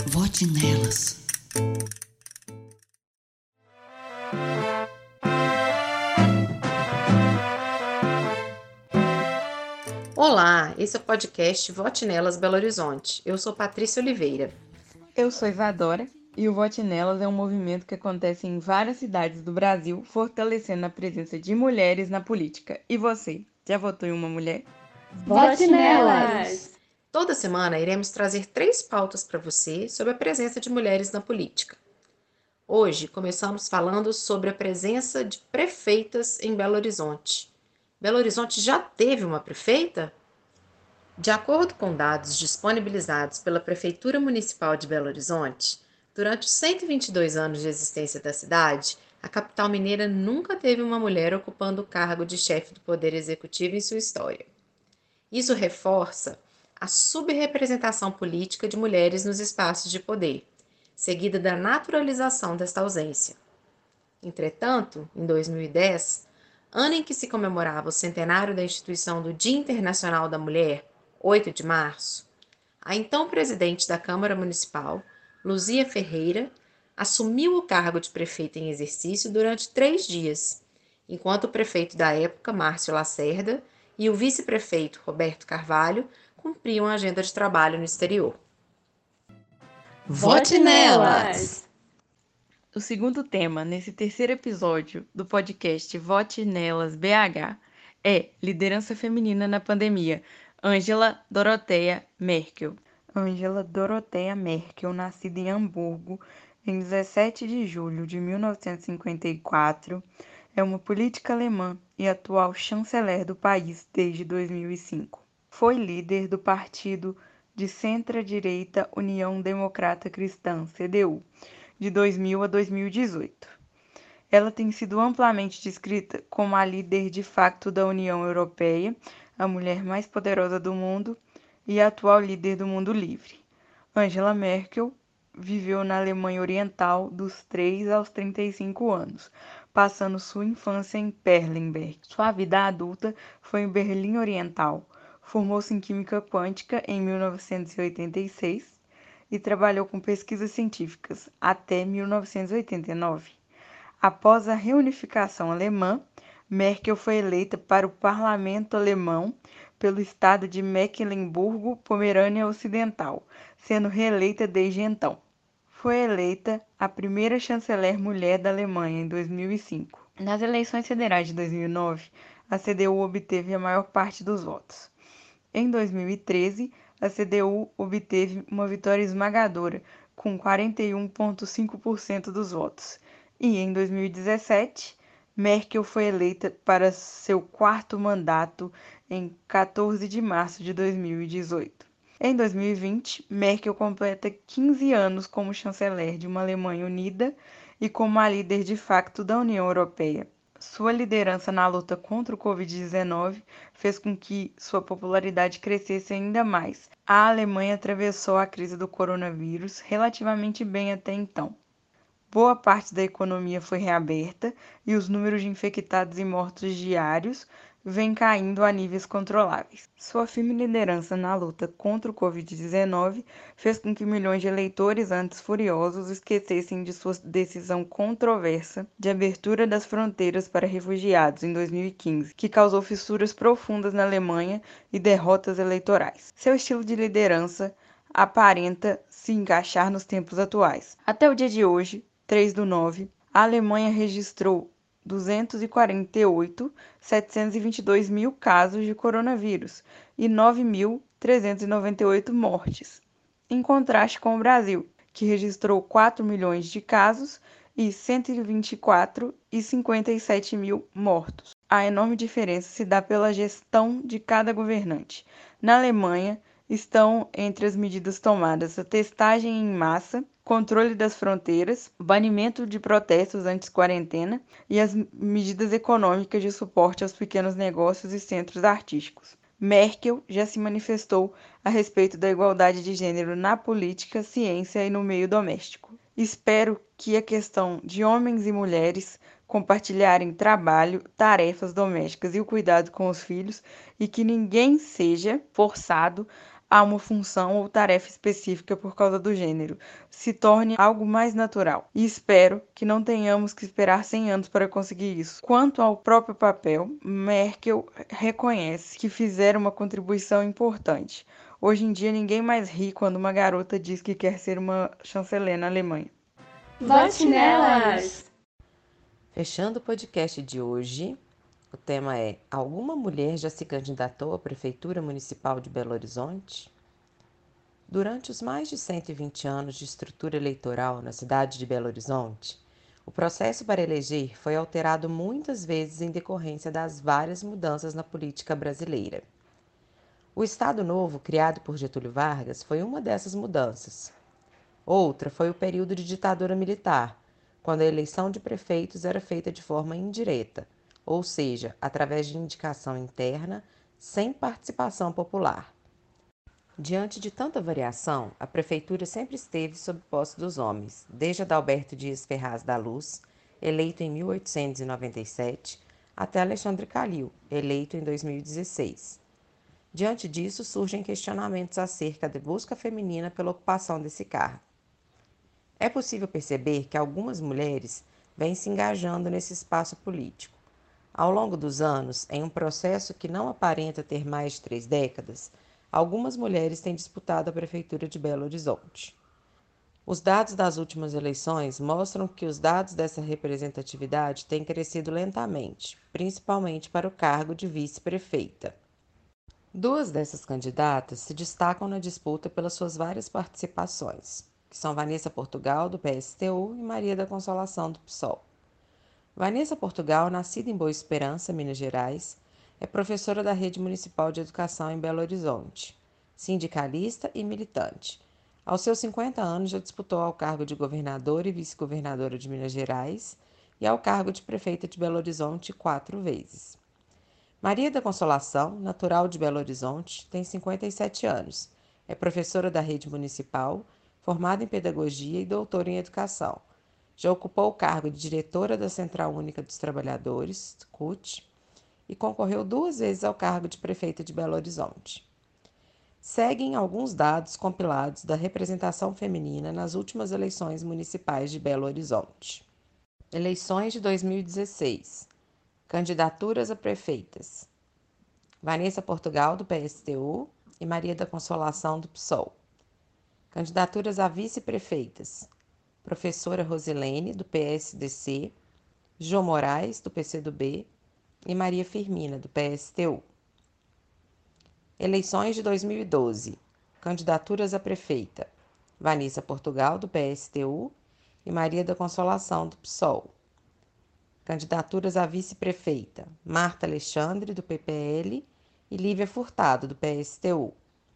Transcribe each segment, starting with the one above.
Vote nelas. Olá, esse é o podcast Vote Nelas Belo Horizonte. Eu sou Patrícia Oliveira. Eu sou Isadora e o Vote Nelas é um movimento que acontece em várias cidades do Brasil, fortalecendo a presença de mulheres na política. E você, já votou em uma mulher? Vote nelas! Toda semana iremos trazer 3 pautas para você sobre a presença de mulheres na política. Hoje começamos falando sobre a presença de prefeitas em Belo Horizonte. Belo Horizonte já teve uma prefeita? De acordo com dados disponibilizados pela Prefeitura Municipal de Belo Horizonte, durante os 122 anos de existência da cidade, a capital mineira nunca teve uma mulher ocupando o cargo de chefe do Poder Executivo em sua história. Isso reforça a subrepresentação política de mulheres nos espaços de poder, seguida da naturalização desta ausência. Entretanto, em 2010, ano em que se comemorava o centenário da instituição do Dia Internacional da Mulher, 8 de março, a então presidente da Câmara Municipal, Luzia Ferreira, assumiu o cargo de prefeita em exercício durante 3 dias, enquanto o prefeito da época, Márcio Lacerda, e o vice-prefeito, Roberto Carvalho, cumpriam a agenda de trabalho no exterior. Vote nelas! O segundo tema nesse terceiro episódio do podcast Vote Nelas BH é Liderança Feminina na Pandemia, Angela Dorothea Merkel. Angela Dorothea Merkel, nascida em Hamburgo em 17 de julho de 1954, é uma política alemã e atual chanceler do país desde 2005. Foi líder do partido de centro-direita União Democrata Cristã, CDU, de 2000 a 2018. Ela tem sido amplamente descrita como a líder de facto da União Europeia, a mulher mais poderosa do mundo e a atual líder do mundo livre. Angela Merkel viveu na Alemanha Oriental dos 3 aos 35 anos, passando sua infância em Perlenberg. Sua vida adulta foi em Berlim Oriental. Formou-se em Química Quântica em 1986 e trabalhou com pesquisas científicas até 1989. Após a reunificação alemã, Merkel foi eleita para o parlamento alemão pelo estado de Mecklemburgo-Pomerânia Ocidental, sendo reeleita desde então. Foi eleita a primeira chanceler mulher da Alemanha em 2005. Nas eleições federais de 2009, a CDU obteve a maior parte dos votos. Em 2013, a CDU obteve uma vitória esmagadora, com 41,5% dos votos. E em 2017, Merkel foi eleita para seu quarto mandato em 14 de março de 2018. Em 2020, Merkel completa 15 anos como chanceler de uma Alemanha unida e como a líder de facto da União Europeia. Sua liderança na luta contra o Covid-19 fez com que sua popularidade crescesse ainda mais. A Alemanha atravessou a crise do coronavírus relativamente bem até então. Boa parte da economia foi reaberta e os números de infectados e mortos diários vêm caindo a níveis controláveis. Sua firme liderança na luta contra o Covid-19 fez com que milhões de eleitores antes furiosos esquecessem de sua decisão controversa de abertura das fronteiras para refugiados em 2015, que causou fissuras profundas na Alemanha e derrotas eleitorais. Seu estilo de liderança aparenta se encaixar nos tempos atuais. Até o dia de hoje, 3/9, a Alemanha registrou 248.722 mil casos de coronavírus e 9.398 mortes, em contraste com o Brasil, que registrou 4 milhões de casos e 124.057 mil mortos. A enorme diferença se dá pela gestão de cada governante. Na Alemanha, estão entre as medidas tomadas a testagem em massa, controle das fronteiras, banimento de protestos antes quarentena e as medidas econômicas de suporte aos pequenos negócios e centros artísticos. Merkel já se manifestou a respeito da igualdade de gênero na política, ciência e no meio doméstico. Espero que a questão de homens e mulheres compartilharem trabalho, tarefas domésticas e o cuidado com os filhos e que ninguém seja forçado a uma função ou tarefa específica por causa do gênero, se torne algo mais natural. E espero que não tenhamos que esperar 100 anos para conseguir isso. Quanto ao próprio papel, Merkel reconhece que fizeram uma contribuição importante. Hoje em dia, ninguém mais ri quando uma garota diz que quer ser uma chanceler na Alemanha. Vote nelas! Fechando o podcast de hoje, o tema é: alguma mulher já se candidatou à Prefeitura Municipal de Belo Horizonte? Durante os mais de 120 anos de estrutura eleitoral na cidade de Belo Horizonte, o processo para eleger foi alterado muitas vezes em decorrência das várias mudanças na política brasileira. O Estado Novo, criado por Getúlio Vargas, foi uma dessas mudanças. Outra foi o período de ditadura militar, quando a eleição de prefeitos era feita de forma indireta, ou seja, através de indicação interna, sem participação popular. Diante de tanta variação, a prefeitura sempre esteve sob posse dos homens, desde Adalberto Dias Ferraz da Luz, eleito em 1897, até Alexandre Calil, eleito em 2016. Diante disso, surgem questionamentos acerca da busca feminina pela ocupação desse cargo. É possível perceber que algumas mulheres vêm se engajando nesse espaço político. Ao longo dos anos, em um processo que não aparenta ter mais de 3 décadas, algumas mulheres têm disputado a Prefeitura de Belo Horizonte. Os dados das últimas eleições mostram que os dados dessa representatividade têm crescido lentamente, principalmente para o cargo de vice-prefeita. 2 dessas candidatas se destacam na disputa pelas suas várias participações, que são Vanessa Portugal, do PSTU, e Maria da Consolação, do PSOL. Vanessa Portugal, nascida em Boa Esperança, Minas Gerais, é professora da Rede Municipal de Educação em Belo Horizonte, sindicalista e militante. Aos seus 50 anos já disputou ao cargo de governadora e vice-governadora de Minas Gerais e ao cargo de prefeita de Belo Horizonte 4 vezes. Maria da Consolação, natural de Belo Horizonte, tem 57 anos, é professora da Rede Municipal, formada em Pedagogia e doutora em Educação. Já ocupou o cargo de diretora da Central Única dos Trabalhadores, CUT, e concorreu 2 vezes ao cargo de prefeita de Belo Horizonte. Seguem alguns dados compilados da representação feminina nas últimas eleições municipais de Belo Horizonte. Eleições de 2016. Candidaturas a prefeitas: Vanessa Portugal, do PSTU, e Maria da Consolação, do PSOL. Candidaturas a vice-prefeitas: professora Rosilene, do PSDC, Jô Moraes, do PCdoB, e Maria Firmina, do PSTU. Eleições de 2012. Candidaturas a prefeita: Vanessa Portugal, do PSTU, e Maria da Consolação, do PSOL. Candidaturas a vice-prefeita: Marta Alexandre, do PPL, e Lívia Furtado, do PSTU.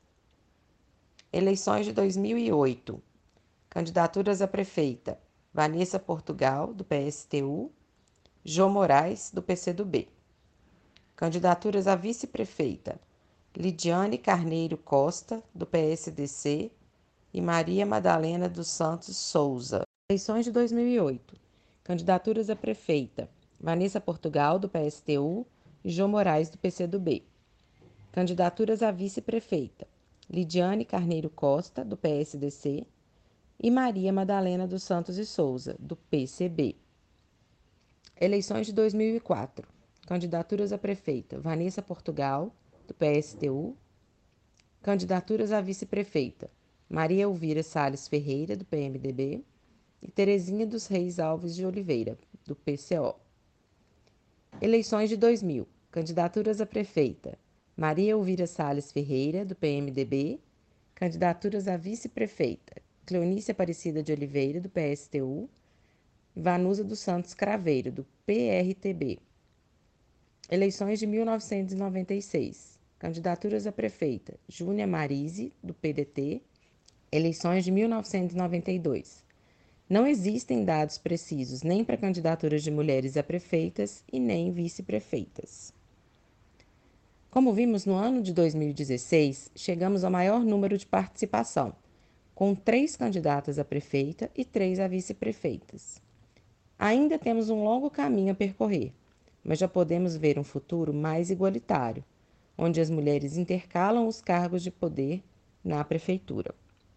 Eleições de 2008. Candidaturas a prefeita: Vanessa Portugal, do PSTU, Jô Moraes, do PCdoB. Candidaturas a vice-prefeita: Lidiane Carneiro Costa, do PSDC, e Maria Madalena dos Santos Souza. Eleições de 2008. Candidaturas a prefeita: Vanessa Portugal, do PSTU, e Jô Moraes, do PCdoB. Candidaturas a vice-prefeita: Lidiane Carneiro Costa, do PSDC, e Maria Madalena dos Santos e Souza, do PCB. Eleições de 2004. Candidaturas a prefeita: Vanessa Portugal, do PSTU. Candidaturas a vice-prefeita: Maria Elvira Salles Ferreira, do PMDB, e Terezinha dos Reis Alves de Oliveira, do PCO. Eleições de 2000. Candidaturas a prefeita: Maria Elvira Salles Ferreira, do PMDB. Candidaturas a vice-prefeita: Cleonice Aparecida de Oliveira, do PSTU. Vanusa dos Santos Craveiro, do PRTB. Eleições de 1996. Candidaturas a prefeita: Júnia Marise, do PDT. Eleições de 1992. Não existem dados precisos nem para candidaturas de mulheres a prefeitas e nem vice-prefeitas. Como vimos no ano de 2016, chegamos ao maior número de participação, com 3 candidatas a prefeita e 3 a vice-prefeitas. Ainda temos um longo caminho a percorrer, mas já podemos ver um futuro mais igualitário, onde as mulheres intercalam os cargos de poder na prefeitura.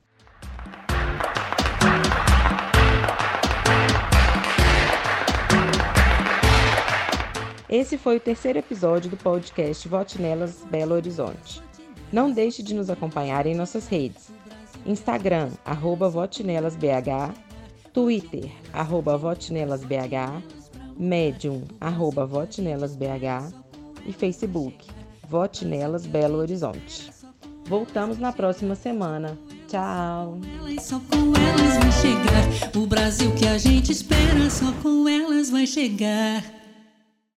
Esse foi o terceiro episódio do podcast Vote Nelas Belo Horizonte. Não deixe de nos acompanhar em nossas redes. Instagram, @votenelasbh, Twitter, @votenelasbh, Medium, @votenelasbh e Facebook, Vote Nelas Belo Horizonte. Voltamos na próxima semana. Tchau! Só com elas vai chegar. O Brasil que a gente espera, só com elas vai chegar.